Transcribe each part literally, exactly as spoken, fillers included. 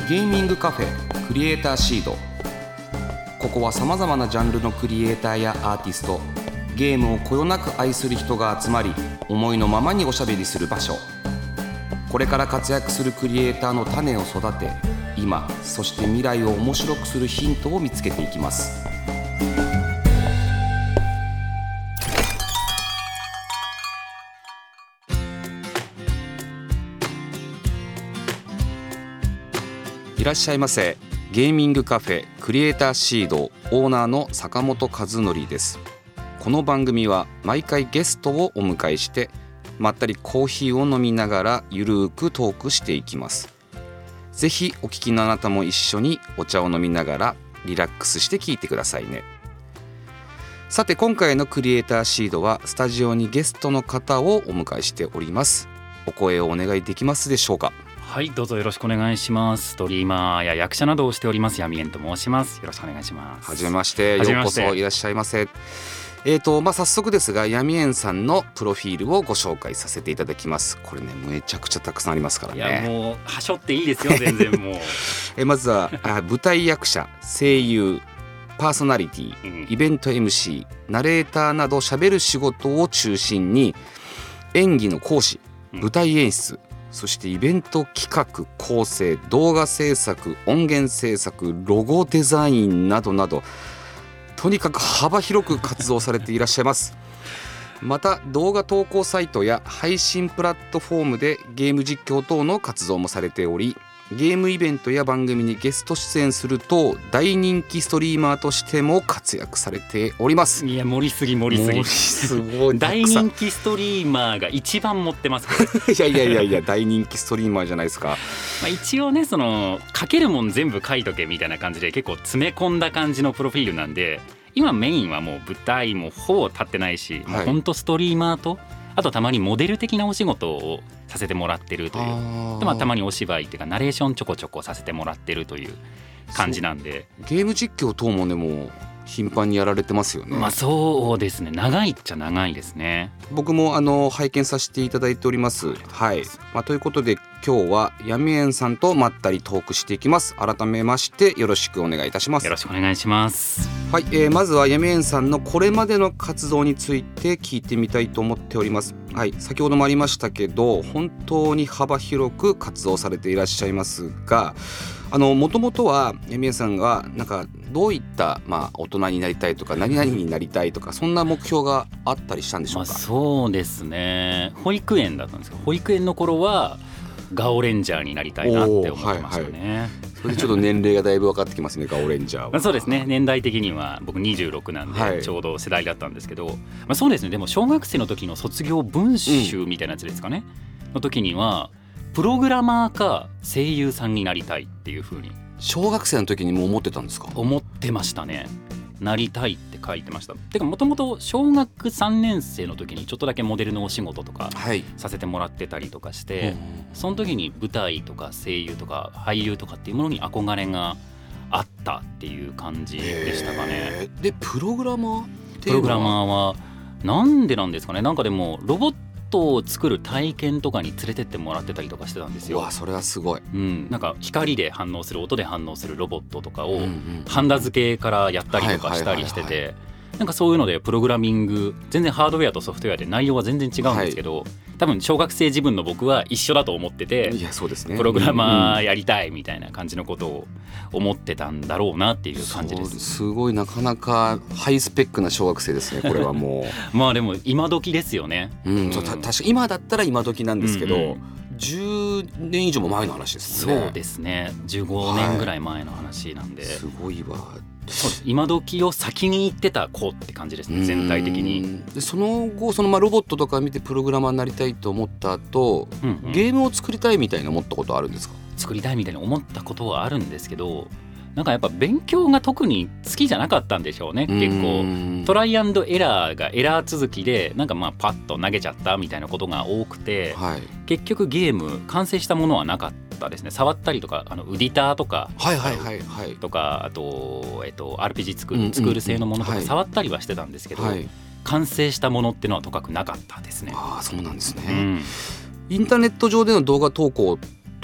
ゲーミングカフェクリエイターシード。ここはさまざまなジャンルのクリエイターやアーティスト、ゲームをこよなく愛する人が集まり、思いのままにおしゃべりする場所。これから活躍するクリエイターの種を育て、今そして未来を面白くするヒントを見つけていきます。いらっしゃいませ。ゲーミングカフェクリエイターシードオーナーの坂本和則です。この番組は毎回ゲストをお迎えして、まったりコーヒーを飲みながらゆるーくトークしていきます。ぜひお聞きのあなたも一緒にお茶を飲みながらリラックスして聞いてくださいね。さて、今回のクリエイターシードはスタジオにゲストの方をお迎えしております。お声をお願いできますでしょうか。 はい、どうぞよろしくお願いします。ストリーマーや役者などをしております闇園と申します。よろしくお願いします。 はじめまして、ようこそいらっしゃいませ。えーとまあ、早速ですが闇園さんのプロフィールをご紹介させていただきます。これね、めちゃくちゃたくさんありますからね。 いや、もうはしょっていいですよ全然もうえまずはあ舞台役者、声優、パーソナリティ、うん、イベント エムシー、ナレーターなど喋る仕事を中心に演技の講師、舞台演出、うん、そしてイベント企画構成、動画制作、音源制作、ロゴデザインなどなど、とにかく幅広く活動されていらっしゃいます。また動画投稿サイトや配信プラットフォームでゲーム実況等の活動もされており、ゲームイベントや番組にゲスト出演すると大人気ストリーマーとしても活躍されております。 いや、盛りすぎ盛りすぎ、 すごい大人気ストリーマーが一番持ってますいやいやいやいや、大人気ストリーマーじゃないですか。 まあ一応ね、その書けるもん全部書いとけみたいな感じで結構詰め込んだ感じのプロフィールなんで、今メインはもう舞台もほぼ立ってないし、はい、もうほんとストリーマーと、あとたまにモデル的なお仕事をさせてもらってるという、で、まあ、たまにお芝居っていうかナレーションちょこちょこさせてもらってるという感じなんで、 ゲーム実況等もでも頻繁にやられてますよね。 まあそうですね、長いっちゃ長いですね。 僕もあの拝見させていただいております。はい、まあ、ということで今日は闇園さんとまったりトークしていきます。改めましてよろしくお願いいたします。 よろしくお願いします。 はい、えー、まずは闇園さんのこれまでの活動について聞いてみたいと思っております。はい、先ほどもありましたけど本当に幅広く活動されていらっしゃいますが、あのもともとは闇園さんがなんかどういった、まあ、大人になりたいとか何々になりたいとか、そんな目標があったりしたんでしょうか。 まあ、そうですね、保育園だったんですけど、保育園の頃はガオレンジャーになりたいなって思ってましたね。はいはい、 それでちょっと年齢がだいぶ分かってきますねガオレンジャーは。 まあ、そうですね、年代的には僕にじゅうろくなんで、はい、ちょうど世代だったんですけど、まあ、そうですね、でも小学生の時の卒業文集みたいなやつですかね、うん、の時にはプログラマーか声優さんになりたいっていう風に。 小学生の時にもう思ってたんですか。 思ってましたね。なりたいって書いてました。てかもともと小学さんねん生の時にちょっとだけモデルのお仕事とかさせてもらってたりとかして、はい、その時に舞台とか声優とか俳優とかっていうものに憧れがあったっていう感じでしたかね。 でプログラマーっていうのはプログラマーはなんでなんですかね。なんかでもロボットを作る体験とかに連れてってもらってたりとかしてたんですよ。 うわ、それはすごい、 うん、なんか光で反応する、音で反応するロボットとかをハンダ付けからやったりとかしたりしてて、なんかそういうのでプログラミング、全然ハードウェアとソフトウェアで内容は全然違うんですけど、はい、多分小学生自分の僕は一緒だと思ってて、 いやそうですね、 プログラマーやりたいみたいな感じのことを思ってたんだろうなっていう感じです。 すごい、なかなかハイスペックな小学生ですねこれはもうまあでも今時ですよね、 うん、そう、た確か今だったら今時なんですけど、うんうん、じゅうねん以上も前の話ですもんね。 そうですね、じゅうごねんぐらい前の話なんで、はい、 すごいわ。 そうです、今時を先に行ってた子って感じですね、全体的に。 でその後そのまあロボットとか見てプログラマーになりたいと思った後、うんうん、ゲームを作りたいみたいな思ったことあるんですか。 作りたいみたいに思ったことはあるんですけど、なんかやっぱ勉強が特に好きじゃなかったんでしょうね。結構トライアンドエラーがエラー続きで、なんかまあパッと投げちゃったみたいなことが多くて、はい、結局ゲーム完成したものはなかったですね。触ったりとか、あのウディターとか、 はいはいはいはい、 とか、あと、えっと、アールピージー 作る、作る性のものとか触ったりはしてたんですけど、はい、完成したものっていうのはとかくなかったですね。 ああ、そうなんですね、うん、インターネット上での動画投稿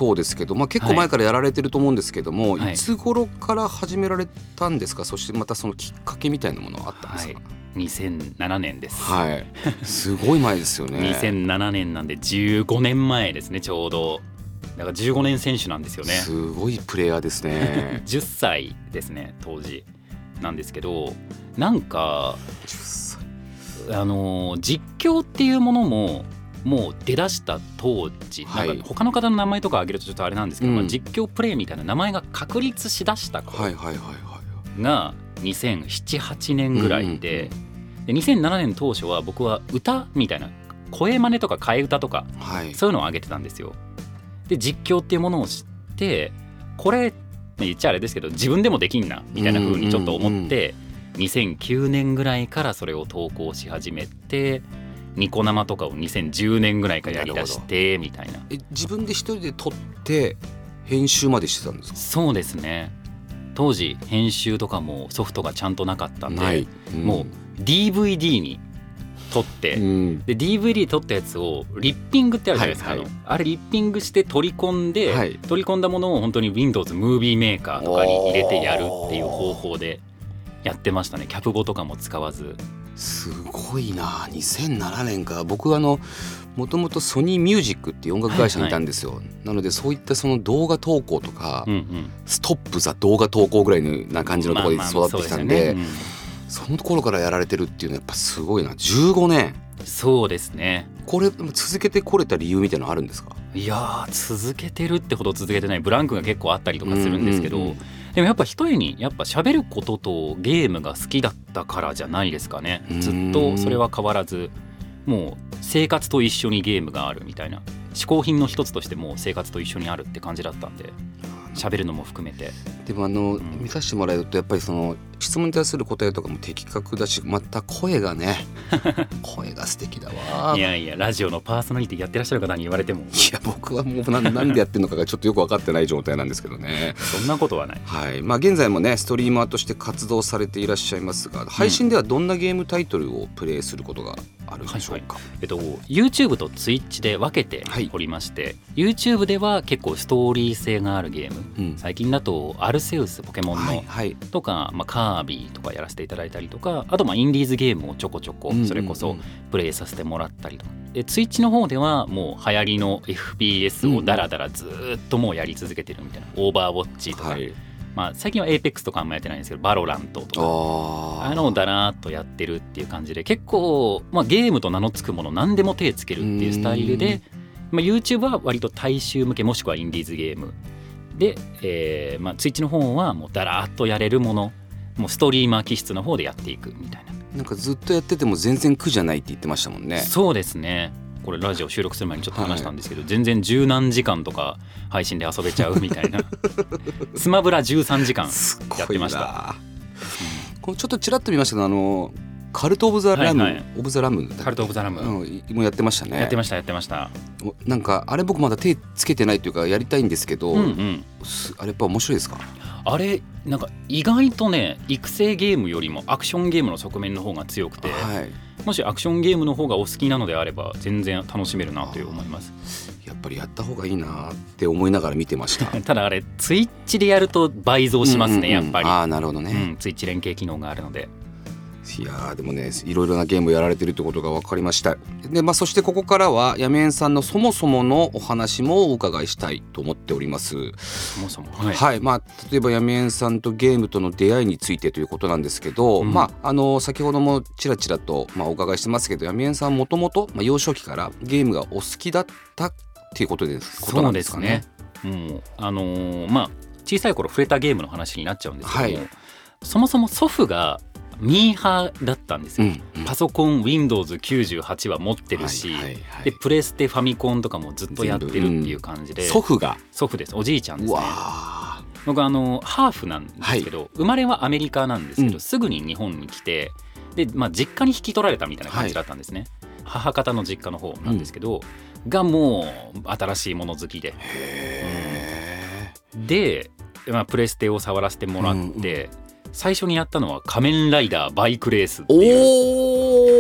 等ですけど、まあ、結構前からやられてると思うんですけども、はい、いつ頃から始められたんですか？そしてまたそのきっかけみたいなものはあったんですか？はい、 にせんななねんです。 はい、すごい前ですよね。 にせんななねんなんでじゅうごねんまえですね、ちょうど。だからじゅうごねん選手なんですよね。 すごいプレイヤーですね。 じゅっさいですね、当時なんですけど、なんかじゅっさい、 あの実況っていうものももう出だした当時、はい、なんか他の方の名前とか挙げるとちょっとあれなんですけど、うん、まあ、実況プレイみたいな名前が確立しだした頃がにせんなな、はちねんぐらいで、でにせんななねん当初は僕は歌みたいな声真似とか替え歌とか、はい、そういうのを上げてたんですよ。で実況っていうものを知って、これ言っちゃあれですけど自分でもできんなみたいな風にちょっと思って、にせんきゅうねんぐらいからそれを投稿し始めて、ニコ生とかをにせんじゅうねんぐらいからやりだしてみたいな。 え、自分で一人で撮って編集までしてたんですか？ そうですね。当時編集とかもソフトがちゃんとなかったんで、うん、もう ディーブイディー に撮って、うん、で ディーブイディー 撮ったやつをリッピングってあるじゃないですか、はいはい、あのあれリッピングして取り込んで、はい、取り込んだものを本当に Windows ムービーメーカーとかに入れてやるっていう方法でやってましたね。キャプ語とかも使わず。 すごいな。にせんななねんか。僕あのもともとソニーミュージックっていう音楽会社にいたんですよ、はいはい、なのでそういったその動画投稿とか、うんうん、ストップザ動画投稿ぐらいな感じのところで育ってきたんで、その頃からやられてるっていうのはやっぱすごいな。じゅうごねん。 そうですね。 これ続けてこれた理由みたいなのあるんですか？ いや続けてるってほど続けてない、ブランクが結構あったりとかするんですけど、うんうんうん、でもやっぱ一重にやっぱ喋ることとゲームが好きだったからじゃないですかね。ずっとそれは変わらず、もう生活と一緒にゲームがあるみたいな、嗜好品の一つとしてもう生活と一緒にあるって感じだったんで、喋るのも含めて。 でもあの、うん、見させてもらえるとやっぱりその質問に対する答えとかも的確だし、また声がね声が素敵だわ。 いやいや、ラジオのパーソナリティやってらっしゃる方に言われても、いや僕はもう何でやってるのかがちょっとよく分かってない状態なんですけどね。 そんなことはない。 はい、まあ、現在もねストリーマーとして活動されていらっしゃいますが、配信ではどんなゲームタイトルをプレイすることがあるんでしょうか？はいはい、 えっと、YouTube と Twitch で分けておりまして、はい、YouTube では結構ストーリー性があるゲーム、うん、最近だとアルセウスポケモンの、はいはい、とか、まあ、カービィとかやらせていただいたりとか、あとまあインディーズゲームをちょこちょこそれこそプレイさせてもらったりとか、で Twitch の方ではもう流行りの エフピーエス をダラダラずっともうやり続けてるみたいな、オーバーウォッチとか、はい、まあ、最近は エーペックス とかあんまやってないんですけど、バロラントとかああのをだらーっとやってるっていう感じで、結構、まあ、ゲームと名の付くもの何でも手つけるっていうスタイルで、まあ、YouTube は割と大衆向けもしくはインディーズゲームで、えーまあ、Twitch の方はもうだらーっとやれるもの、もうストリーマー気質の方でやっていくみたいな。 なんかずっとやってても全然苦じゃないって言ってましたもんね。 そうですね。これラジオ収録する前にちょっと話したんですけど、はい、全然十何時間とか配信で遊べちゃうみたいなスマブラじゅうさんじかんやってました。うん、ちょっとちらっと見ましたけど、あのカルト・オブ・ザ・ラム、はいはい、オブ・ザ・ラムカルト・オブ・ザ・ラム、 うん、もうやってましたね。 やってましたやってました。 なんかあれ僕まだ手つけてないというかやりたいんですけど、うんうん、あれやっぱ面白いですか？ あれなんか意外とね、育成ゲームよりもアクションゲームの側面の方が強くて、はい、もしアクションゲームの方がお好きなのであれば全然楽しめるなと思います。 やっぱりやった方がいいなって思いながら見てましたただあれツイッチでやると倍増しますね、うんうんうん、やっぱり。 ああ、なるほどね、 うん、ツイッチ連携機能があるので。 いやでもね、いろいろなゲームをやられてるってことが分かりました。で、まあ、そしてここからはやめえんさんのそもそものお話もお伺いしたいと思っております。 そもそも、はい、 はい、まあ、例えばやめえんさんとゲームとの出会いについてということなんですけど、うん、まあ、あの先ほどもちらちらと、まあ、お伺いしてますけど、やめえんさんもともと幼少期からゲームがお好きだったっていうことですことなんですかね。 そうですね、もうあのー、まあ小さい頃触れたゲームの話になっちゃうんですけども、はい、そもそも祖父がミーハーだったんですよ、うんうん、パソコン ウィンドウズきゅうじゅうはち は持ってるし、はいはいはい、でプレステファミコンとかもずっとやってるっていう感じで、 うん、祖父が祖父です、おじいちゃんですね。僕あのハーフなんですけど、はい、生まれはアメリカなんですけど、うん、すぐに日本に来て、で、まあ、実家に引き取られたみたいな感じだったんですね、はい、母方の実家の方なんですけど、うん、がもう新しいもの好きで、へー、うん、で、まあ、プレステを触らせてもらって、うんうん、最初にやったのは仮面ライダーバイクレースっていう、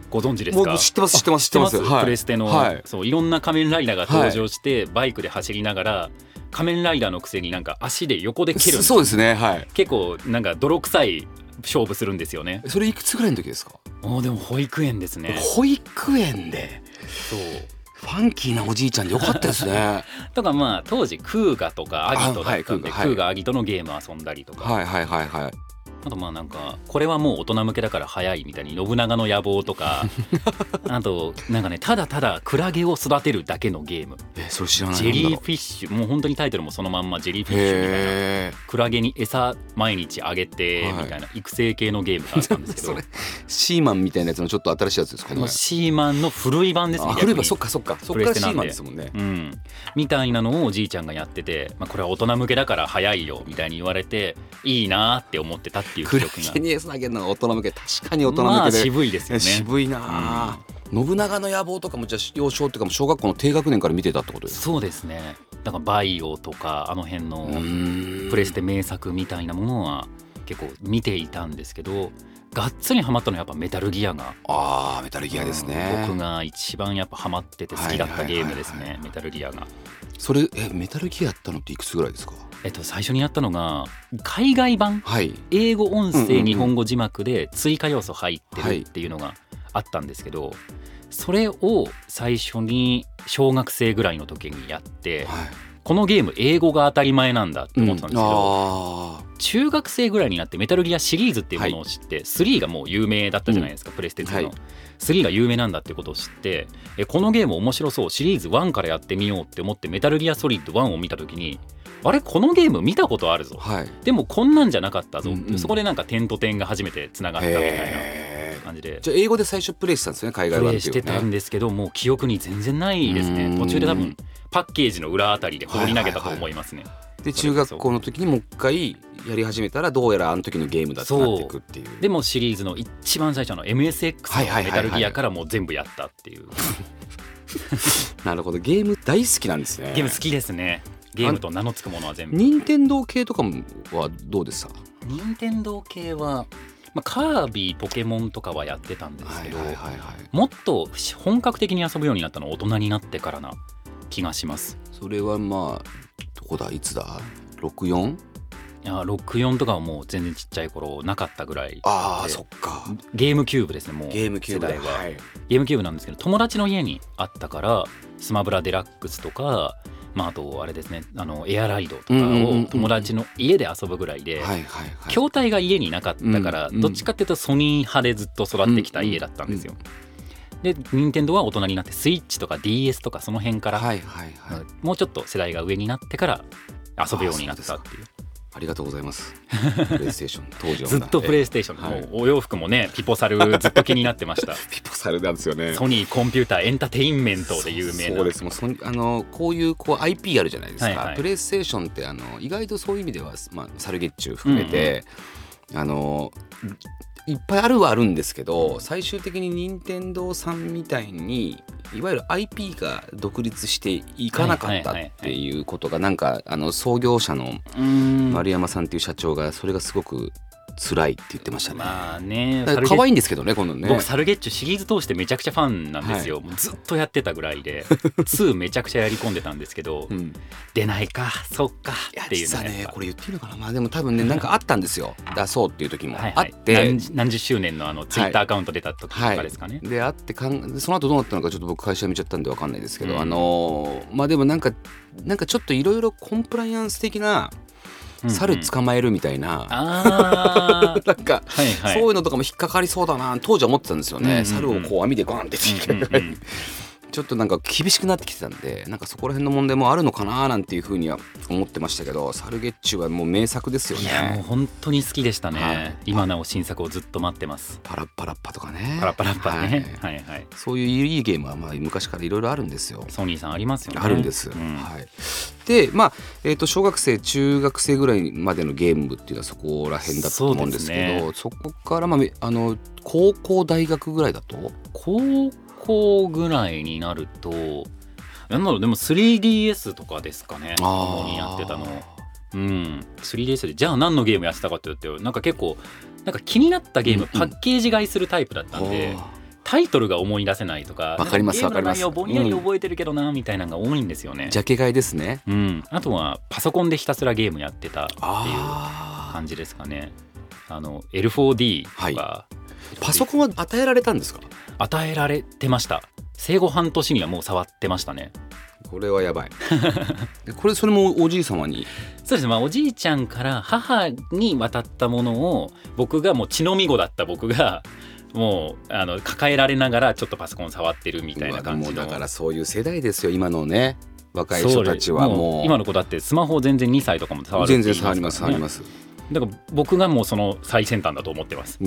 ご存知ですか？ もう知ってます知ってます知ってます、はい、 プレステの、はい、そういろんな仮面ライダーが登場して、はい、バイクで走りながら仮面ライダーのくせになんか足で横で蹴るんです。 そうですね、はい、 結構なんか泥臭い勝負するんですよね。 それいくつぐらいの時ですか？ もうでも保育園ですね。 保育園でそうファンキーなおじいちゃんでよかったですねとかまあ当時クーガとかアギトだったんで、 はい、 クーガアギトのゲーム遊んだりとか、 はいはいはいはい、 あとまあなんかこれはもう大人向けだから早いみたいに信長の野望とかあとなんかねただただクラゲを育てるだけのゲーム、 えそれ知らない。 ジェリーフィッシュ、もう本当にタイトルもそのまんまジェリーフィッシュみたいな、クラゲに餌毎日あげてみたいな育成系のゲームがあったんですけど、 それシーマンみたいなやつのちょっと新しいやつですかね。 シーマンの古い版ですね。 古い版、そっかそっか、そっからシーマンですもんね、 うん、みたいなのをおじいちゃんがやってて、まあ、これは大人向けだから早いよみたいに言われていいなって思ってたっていう記憶が。 クラゲに餌あげるのが大人向け、確かに大人向けで、 まあ渋いですよね。 渋いな、うん、信長の野望とかもじゃあ幼少っていうかも小学校の低学年から見てたってことですか？ そうですね。だからバイオとかあの辺のプレステ名作みたいなものは結構見ていたんですけど、がっつりハマったのはやっぱメタルギアが、 あーメタルギアですね、 僕が一番やっぱハマってて好きだったゲームですね、メタルギアが。 それえメタルギアやったのっていくつぐらいですか？ えっと、最初にやったのが海外版、 はい、 英語音声日本語字幕で追加要素入ってるっていうのがあったんですけど、それを最初に小学生ぐらいの時にやって、はい、このゲーム英語が当たり前なんだって思ってたんですけど、うん、中学生ぐらいになってメタルギアシリーズっていうものを知って、はい、スリーがもう有名だったじゃないですか、うん、プレステツーの、はい、スリーが有名なんだってことを知って、えこのゲーム面白そう、シリーズワンからやってみようって思ってメタルギアソリッドワンを見た時に、あれこのゲーム見たことあるぞ、はい、でもこんなんじゃなかったぞ、うんうん、そこでなんか点と点が初めてつながったみたいな感じで。 じゃあ英語で最初プレイしたんですね、海外版っていうね。 プレイしてたんですけど、もう記憶に全然ないですね。途中で多分パッケージの裏あたりで放り投げたと思いますね、はいはいはい。で中学校の時にもう一回やり始めたらどうやらあの時のゲームだってなっていくっていう。 でもシリーズの一番最初の エムエスエックス のメタルギアからもう全部やったっていう、 なるほど、ゲーム大好きなんですね。 ゲーム好きですね。ゲームと名の付くものは全部。 任天堂系とかはどうでした？ 任天堂系は、まあ、カービィポケモンとかはやってたんですけど、はいはいはいはい、もっと本格的に遊ぶようになったのは大人になってからな気がします。 それはまあどこだ、いつだ、ろくじゅうよん？ いやろくじゅうよんとかはもう全然ちっちゃい頃なかったぐらい。 ああそっか。 ゲームキューブですね、もうゲームキューブ世代は、 はい、 ゲームキューブなんですけど、友達の家にあったからスマブラデラックスとか、まあ、あとあれですね、あのエアライドとかを友達の家で遊ぶぐらいで、筐体が家になかったから、どっちかっていうとソニー派でずっと育ってきた家だったんですよ。で任天堂は大人になってスイッチとか ディーエス とかその辺から、はいはいはい、もうちょっと世代が上になってから遊ぶようになったっていう。 ありがとうございます。プレイステーション当時はずっとプレイステーション、はい、もうお洋服もねピポサルずっと気になってましたピポサルなんですよね。 ソニーコンピューターエンターテインメントで有名な。 そうです。もうそあのこういうこう アイピー あるじゃないですか、はいはい、プレイステーションってあの意外とそういう意味では、まあ、サルゲッチュ含めて、うんうん、あのいっぱいあるはあるんですけど、最終的に任天堂さんみたいにいわゆる アイピー が独立していかなかったっていうことが、なんかあの創業者の丸山さんっていう社長がそれがすごく辛いって言ってましたね。 まあね、 可愛いんですけどね、今度ね。 僕サルゲッチュシリーズ通してめちゃくちゃファンなんですよ、はい、もうずっとやってたぐらいでツーめちゃくちゃやり込んでたんですけど、うん、出ないかそっかっていうのが、 ね、これ言っていいのかな、まあ、でも多分ねなんかあったんですよ出そうっていう時もあって、 はいはい、何, 何十周年のあのツイッターアカウント出た時とかですかね、 はいはい、であってかんその後どうなったのかちょっと僕会社見ちゃったんで分かんないですけど、うん、あのまあでもなんかなんかちょっといろいろコンプライアンス的な猿捕まえるみたいな、うんうん、あなんか、はいはい、そういうのとかも引っかかりそうだな当時は思ってたんですよね、うんうんうん、猿をこう網でガンってつける、うんうんうんちょっとなんか厳しくなってきてたんで、なんかそこら辺の問題もあるのかななんていうふうには思ってましたけど、サルゲッチュはもう名作ですよね。 いやもう本当に好きでしたね、はい、今なお新作をずっと待ってます。 パラッパラッパとかね、 パラッパラッパね、はい、はいはい、 そういういいゲームはまあ昔からいろいろあるんですよ。 ソニーさんありますよね。 あるんです、うんはい、でまあ、えーと小学生中学生ぐらいまでのゲームっていうのはそこら辺だと思うんですけど、 そ, ね、そこから、まあ、あの高校大学ぐらいだと高校ぐらいになるとなんだろう、でも スリーディーエス とかですかね、主にやってたの。うん、スリーディーエス でじゃあ何のゲームやってたかって言って、なんか結構なんか気になったゲーム、うんうん、パッケージ買いするタイプだったんで、 タイトルが思い出せないとか、 わかりますわかります。 ゲームの内容ぼんやり覚えてるけどなみたいなのが多いんですよね。 ジャケ買いですね。 うん、あとはパソコンでひたすらゲームやってたっていう感じですかね。あの エルフォーディー とか、 はい、パソコンは与えられたんですか？ 与えられてました。生後半年にはもう触ってましたね。 これはやばいこれそれもおじい様に？ そうですね、まあ、おじいちゃんから母に渡ったものを僕がもう血のみ子だった僕がもうあの抱えられながらちょっとパソコン触ってるみたいな感じの。 もうだからそういう世代ですよ今のね若い人たちは。もう、 もう今の子だってスマホ全然にさいとかも触るって言いますからね。 全然触ります触ります。 だから僕がもうその最先端だと思ってます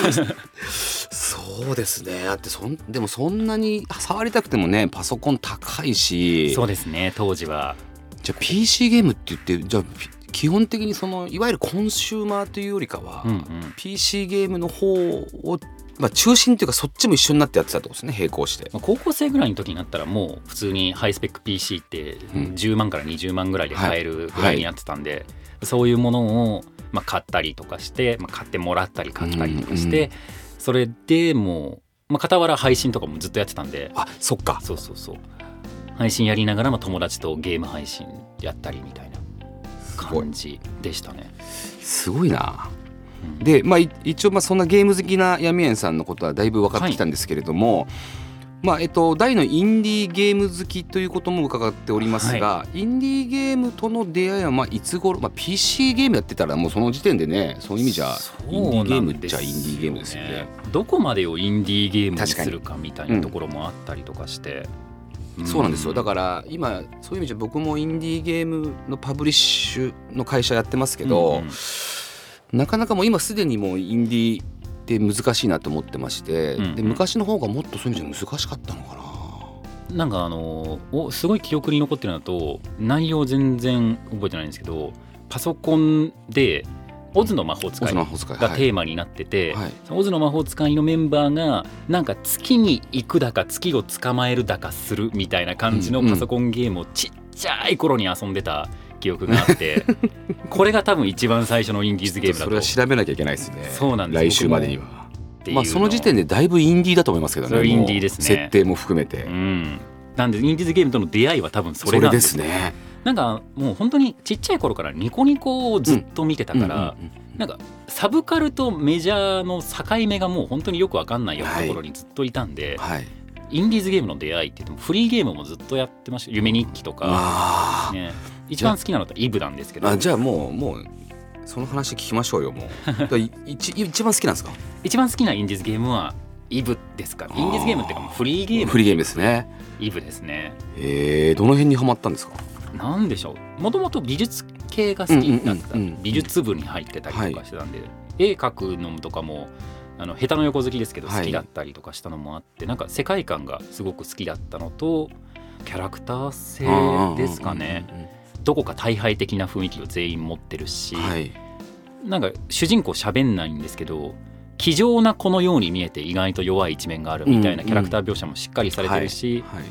そうですね。だってそんでもそんなに触りたくてもねパソコン高いし。 そうですね当時は。 じゃあ ピーシー ゲームって言ってじゃあ基本的にそのいわゆるコンシューマーというよりかは、うんうん、ピーシー ゲームの方を、まあ、中心というかそっちも一緒になってやってたってことですね並行して。 高校生ぐらいの時になったらもう普通にハイスペック ピーシー ってじゅうまんからにじゅうまんぐらいで買えるぐらいにやってたんで、はいはい、そういうものをまあ買ったりとかして、まあ、買ってもらったり買ったりとかして、うんうん、それでもう、まあ、傍ら配信とかもずっとやってたんで。 あそっか。 そうそうそう配信やりながらも友達とゲーム配信やったりみたいな感じでしたね。 すごいな。うん、で、まあ、一応まあそんなゲーム好きなヤミエンさんのことはだいぶ分かってきたんですけれども、はいまあえっと、大のインディーゲーム好きということも伺っておりますが、はい、インディーゲームとの出会いはまあいつ頃、まあ、ピーシー ゲームやってたらもうその時点でねそういう意味じゃインディーゲームっちゃインディーゲームですよね。 どこまでをインディーゲームにするかみたいなところもあったりとかして、 うん、そうなんですよ。だから今そういう意味じゃ僕もインディーゲームのパブリッシュの会社やってますけど、うんうん、なかなかもう今すでにもうインディーって難しいなと思ってまして、うんうん、で昔の方がもっとそういう意味じゃ難しかったのかな。 なんかあのおすごい記憶に残ってるのだと内容全然覚えてないんですけどパソコンでオズの魔法使いがテーマになってて、はいはい、オズの魔法使いのメンバーがなんか月に行くだか月を捕まえるだかするみたいな感じのパソコンゲームをちっちゃい頃に遊んでた記憶があってこれが多分一番最初のインディーズゲームだと。 それは調べなきゃいけないですね。 そうなんです。 来週までにはまあその時点でだいぶインディーだと思いますけどね。 それインディーですね。 設定も含めて、 うん、なんでインディーズゲームとの出会いは多分それなんです。 それですね。 なんかもう本当にちっちゃい頃からニコニコをずっと見てたから、うんうんうんうん、なんかサブカルとメジャーの境目がもう本当によく分かんないようなところにずっといたんで、はいはい、インディーズゲームの出会いって言ってもフリーゲームもずっとやってました。夢日記とか、ね、一番好きなのってイブなんですけど。 あじゃあもうもうその話聞きましょうよ。もう一, 一番好きなんですか？ 一番好きなインディーズゲームはイブですか。インディーズゲームっていうかフリーゲーム。 フリーゲームですね。 イブですね。 えー、どの辺にハマったんですか？ なんでしょう。もともと美術系が好きだった、うんうんうんうん、美術部に入ってたりとかしてたんで、はい、絵描くのとかもあの下手の横好きですけど好きだったりとかしたのもあって、はい、なんか世界観がすごく好きだったのとキャラクター性ですかね、うんうんうんうん、どこか大敗的な雰囲気を全員持ってるし、はい、なんか主人公喋んないんですけど気丈な子のように見えて意外と弱い一面があるみたいなキャラクター描写もしっかりされてるし、うんうんはいはい、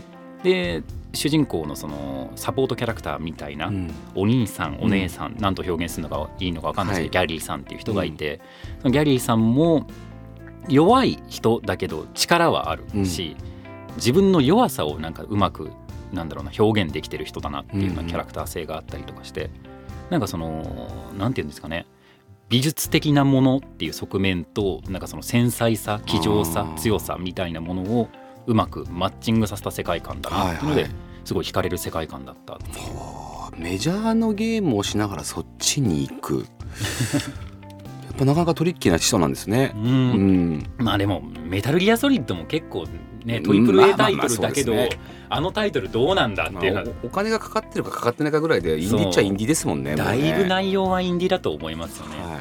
で主人公のそのサポートキャラクターみたいな、うん、お兄さんお姉さん、うん、なんと表現するのがいいのか分かんないですけど、はい、ギャリーさんっていう人がいて、うん、ギャリーさんも弱い人だけど力はあるし、うん、自分の弱さをなんかうまくなんだろうな表現できてる人だなっていうようなキャラクター性があったりとかして、うん、なんかそのなんていうんですかね美術的なものっていう側面となんかその繊細さ気丈さ強さみたいなものをうまくマッチングさせた世界観だなっていうので、はいはい、すごい惹かれる世界観だったっていう。 メジャーのゲームをしながらそっちに行くやっぱなかなかトリッキーな人なんですね。うん、うん、 まあでもメタルギアソリッドも結構ねトリプル A タイトルだけど、あのタイトルどうなんだっていう、まあ、 お, お金がかかってるかかかってないかぐらいでインディーっちゃインディーですもんね。 だいぶ内容はインディーだと思いますよね、はい、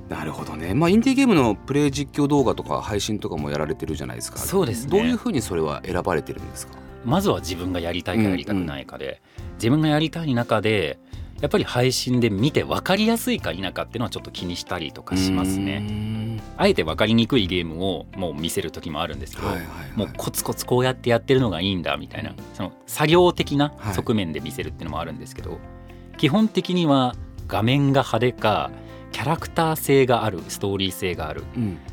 なるほどね。まあインディーゲームのプレイ実況動画とか配信とかもやられてるじゃないですか。 そうですね。 どういうふうにそれは選ばれてるんですか？ まずは自分がやりたいかやりたくないかで、うんうん、自分がやりたい中でやっぱり配信で見て分かりやすいか否かっていうのはちょっと気にしたりとかしますね。あえて分かりにくいゲームをもう見せる時もあるんですけど、はいはいはい、もうコツコツこうやってやってるのがいいんだみたいなその作業的な側面で見せるっていうのもあるんですけど、はい、基本的には画面が派手かキャラクター性があるストーリー性がある、うん、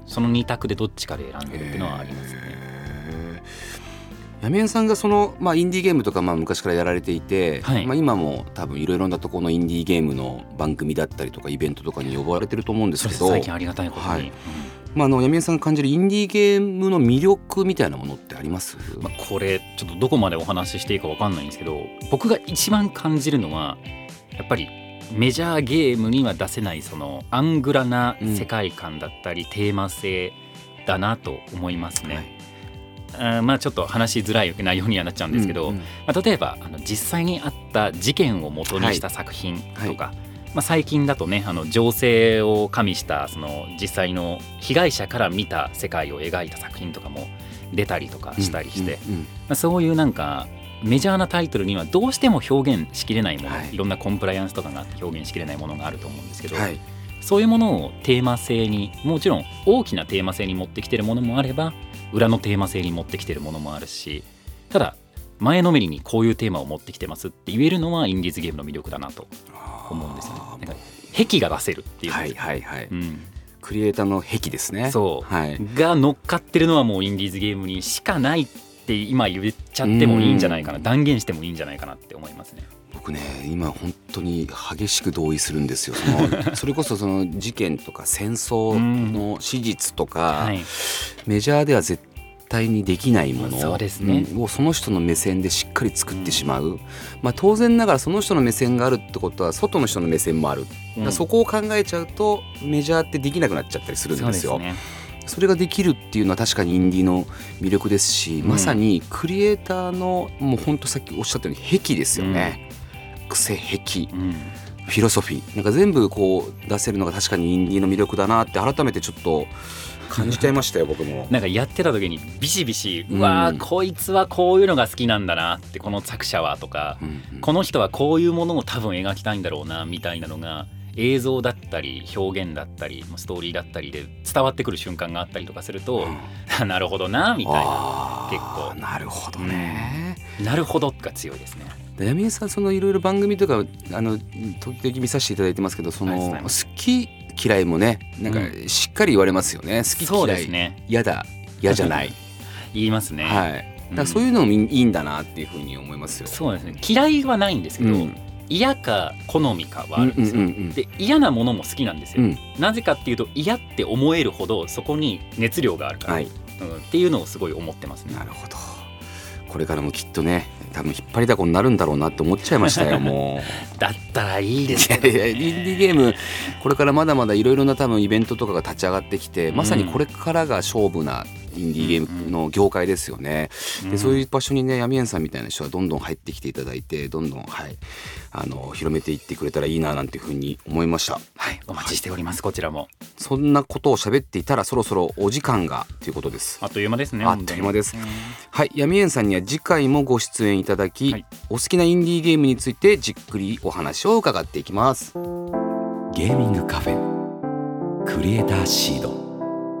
そのに択でどっちかで選んでるっていうのはありますね。 やめんさんがその、まあ、インディーゲームとかまあ昔からやられていて、はい、まあ、今も多分いろいろなところのインディーゲームの番組だったりとかイベントとかに呼ばれてると思うんですけど、 最近ありがたいことに、はい、うん、 まあ、あのやめんさんが感じるインディーゲームの魅力みたいなものってあります？ まあ、これちょっとどこまでお話ししていいか分かんないんですけど、僕が一番感じるのはやっぱりメジャーゲームには出せないそのアングラな世界観だったりテーマ性だなと思いますね、はい、あまあちょっと話しづらい内容にはなっちゃうんですけど、うんうん、まあ、例えばあの実際にあった事件を元にした作品とか、はいはい、まあ、最近だとねあの情勢を加味したその実際の被害者から見た世界を描いた作品とかも出たりとかしたりして、うんうんうん、まあ、そういうなんかメジャーなタイトルにはどうしても表現しきれないもの、はい、いろんなコンプライアンスとかが表現しきれないものがあると思うんですけど、はい、そういうものをテーマ性に、もちろん大きなテーマ性に持ってきてるものもあれば裏のテーマ性に持ってきてるものもあるし、ただ前のめりにこういうテーマを持ってきてますって言えるのはインディーズゲームの魅力だなと思うんですよね。なんか癖が出せるっていう、 はいはいはい、うん、クリエイターの癖ですね。 そう、 はい、 が乗っかってるのはもうインディーズゲームにしかないって今言っちゃってもいいんじゃないかな、断言してもいいんじゃないかなって思いますね。 僕ね今本当に激しく同意するんですよ。そのそれこそその事件とか戦争の史実とか、はい、メジャーでは絶対にできないもの、 そうですね、 をその人の目線でしっかり作ってしまう、うん、まあ、当然ながらその人の目線があるってことは外の人の目線もある、うん、だそこを考えちゃうとメジャーってできなくなっちゃったりするんですよ。そうですね。それができるっていうのは確かにインディーの魅力ですし、うん、まさにクリエイターのもう本当さっきおっしゃったように癖ですよね、うん、癖、癖、うん、フィロソフィーなんか全部こう出せるのが確かにインディーの魅力だなって改めてちょっと感じちゃいましたよ僕も。 なんかやってた時にビシビシ、うわー、うん、こいつはこういうのが好きなんだなってこの作者はとか、うんうん、この人はこういうものを多分描きたいんだろうなみたいなのが映像だったり表現だったりストーリーだったりで伝わってくる瞬間があったりとかすると、うん、なるほどなみたいな、結構なるほどね、 うん、なるほどが強いですね。 やみえさんそのいろいろ番組とかあの時々見させていただいてますけど、その好き嫌いもねなんかしっかり言われますよね、うん、好き嫌い、ね、嫌だ嫌じゃない言いますね、 はい、だからそういうのもいいんだなっていうふうに思いますよ。 そうですね、嫌いはないんですけど、うん、嫌か好みかはあるんですよ、うんうんうん、で嫌なものも好きなんですよ、うん、なぜかっていうと嫌って思えるほどそこに熱量があるから、はい、うん、っていうのをすごい思ってますね。 なるほど、これからもきっとね多分引っ張りだこになるんだろうなって思っちゃいましたよもうだったらいいですね。 いやいやインディーゲームこれからまだまだいろいろな多分イベントとかが立ち上がってきて、まさにこれからが勝負なインディーゲームの業界ですよね、うんうん、でそういう場所にねヤミエンさんみたいな人はどんどん入ってきていただいてどんどん、はい、あの広めていってくれたらいいななんていうふうに思いました。 はい、お待ちしております、はい、こちらも。 そんなことを喋っていたらそろそろお時間がということです。 あっという間ですね。 あっという間です、うん、はい、ヤミエンさんには次回もご出演いただき、はい、お好きなインディーゲームについてじっくりお話を伺っていきます。ゲーミングカフェクリエイターシード、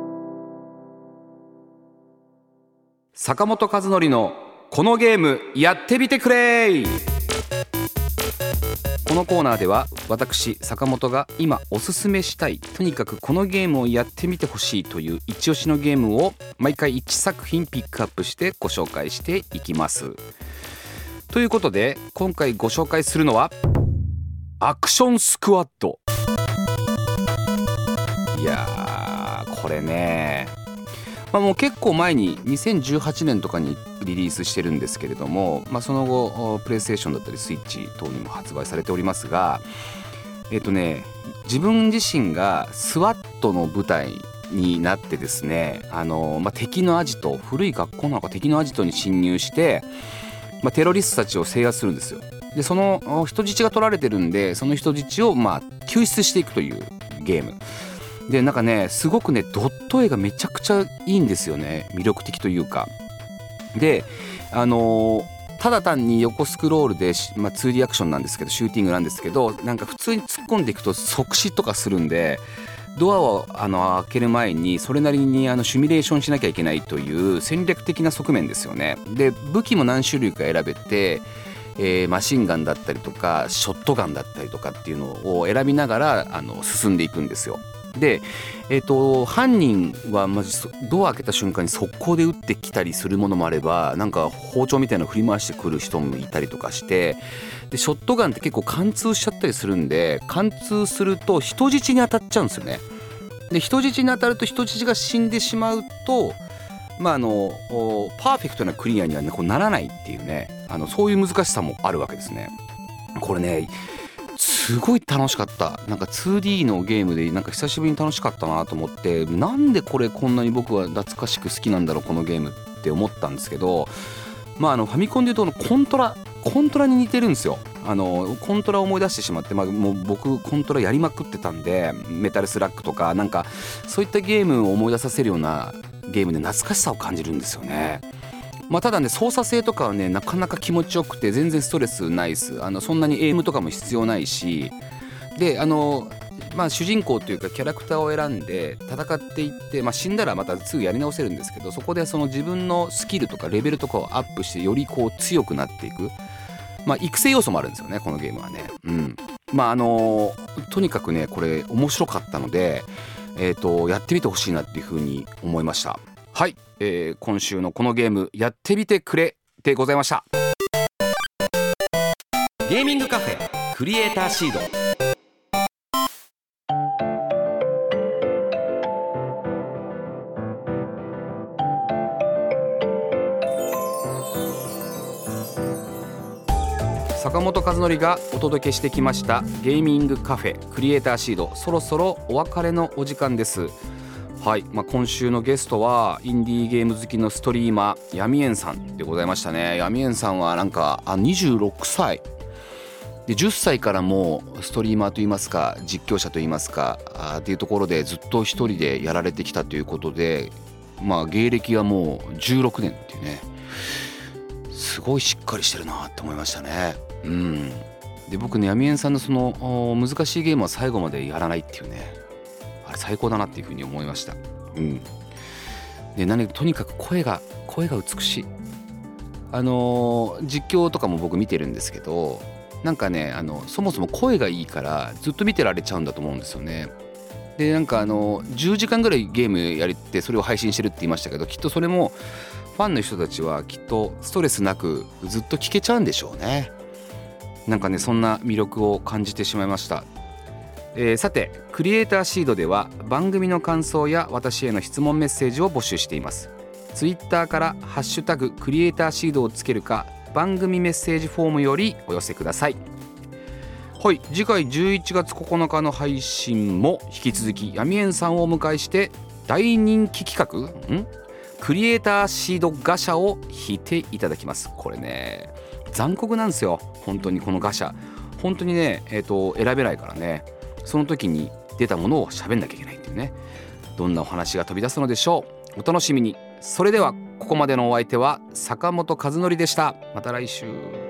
坂本和則のこのゲームやってみてくれ。このコーナーでは私坂本が今おすすめしたい、とにかくこのゲームをやってみてほしいという一押しのゲームを毎回いち作品ピックアップしてご紹介していきます。ということで今回ご紹介するのはアクションスクワッド。いやーこれね、まあ、もう結構前ににせんじゅうはちねんとかにリリースしてるんですけれども、まあ、その後プレイステーションだったりスイッチ等にも発売されておりますが、えっとね自分自身がスワットの部隊になってですね、あの、まあ、敵のアジト、古い学校なのか敵のアジトに侵入して、まあ、テロリストたちを制圧するんですよ。でその人質が取られてるんでその人質をまあ救出していくというゲームで、なんかねすごくねドット絵がめちゃくちゃいいんですよね、魅力的というか。であのー、ただ単に横スクロールで、まあ、ツーディー アクションなんですけどシューティングなんですけど、なんか普通に突っ込んでいくと即死とかするんでドアをあの開ける前にそれなりにあのシミュレーションしなきゃいけないという戦略的な側面ですよね。で武器も何種類か選べて、えー、マシンガンだったりとかショットガンだったりとかっていうのを選びながらあの進んでいくんですよ。 で、えー、と犯人はまずドア開けた瞬間に速攻で撃ってきたりするものもあれば、なんか包丁みたいなの振り回してくる人もいたりとかして、でショットガンって結構貫通しちゃったりするんで、貫通すると人質に当たっちゃうんですよね。で人質に当たると人質が死んでしまうと、まあ、あのパーフェクトなクリアには、ね、こうならないっていうね、あのそういう難しさもあるわけですね。これねすごい楽しかった。なんか ツーディー のゲームでなんか久しぶりに楽しかったなと思って、なんでこれこんなに僕は懐かしく好きなんだろうこのゲームって思ったんですけど、まああのファミコンでいうとコントラコントラに似てるんですよ。あのコントラを思い出してしまって、まあ、もう僕コントラやりまくってたんで、メタルスラッグとかなんかそういったゲームを思い出させるようなゲームで懐かしさを感じるんですよね。まあ、ただね操作性とかはねなかなか気持ちよくて全然ストレスないです。あのそんなにエイムとかも必要ないし、であのまあ主人公というかキャラクターを選んで戦っていって、まあ、死んだらまたすぐやり直せるんですけど、そこでその自分のスキルとかレベルとかをアップしてよりこう強くなっていく、まあ、育成要素もあるんですよねこのゲームはね。うんまああのとにかくねこれ面白かったので、えーとやってみてほしいなっていうふうに思いました。はい、えー、今週のこのゲームやってみてくれでございました。ゲーミングカフェクリエイターシード。坂本和則がお届けしてきましたゲーミングカフェクリエイターシード、そろそろお別れのお時間です。はい、まあ、今週のゲストはインディーゲーム好きのストリーマーヤミエンさんでございましたね。ヤミエンさんはなんかあにじゅうろくさいでじゅっさいからもうストリーマーといいますか実況者といいますかあっていうところでずっと一人でやられてきたということで、まあ芸歴はもうじゅうろくねんっていうね、すごいしっかりしてるなって思いましたね。うん、で僕ねヤミエンさんのその難しいゲームは最後までやらないっていうね、あれ最高だなっていうふうに思いました。うん、で何とにかく声が声が美しい。あのー、実況とかも僕見てるんですけど、なんかねあのそもそも声がいいからずっと見てられちゃうんだと思うんですよね。でなんかあのじゅうじかんぐらいゲームやりってそれを配信してるって言いましたけど、きっとそれもファンの人たちはきっとストレスなくずっと聞けちゃうんでしょうね。なんかねそんな魅力を感じてしまいました。えー、さてクリエイターシードでは番組の感想や私への質問メッセージを募集しています。ツイッターからハッシュタグクリエイターシードをつけるか番組メッセージフォームよりお寄せください。はい、次回じゅういちがつここのかの配信も引き続きヤミエンさんをお迎えして大人気企画んクリエイターシードガシャを引いていただきます。これね残酷なんですよ本当に。このガシャ本当にね、えーと、選べないからね、その時に出たものを喋んなきゃいけないっていうね、どんなお話が飛び出すのでしょう。お楽しみに。それではここまでのお相手は坂本和則でした。また来週。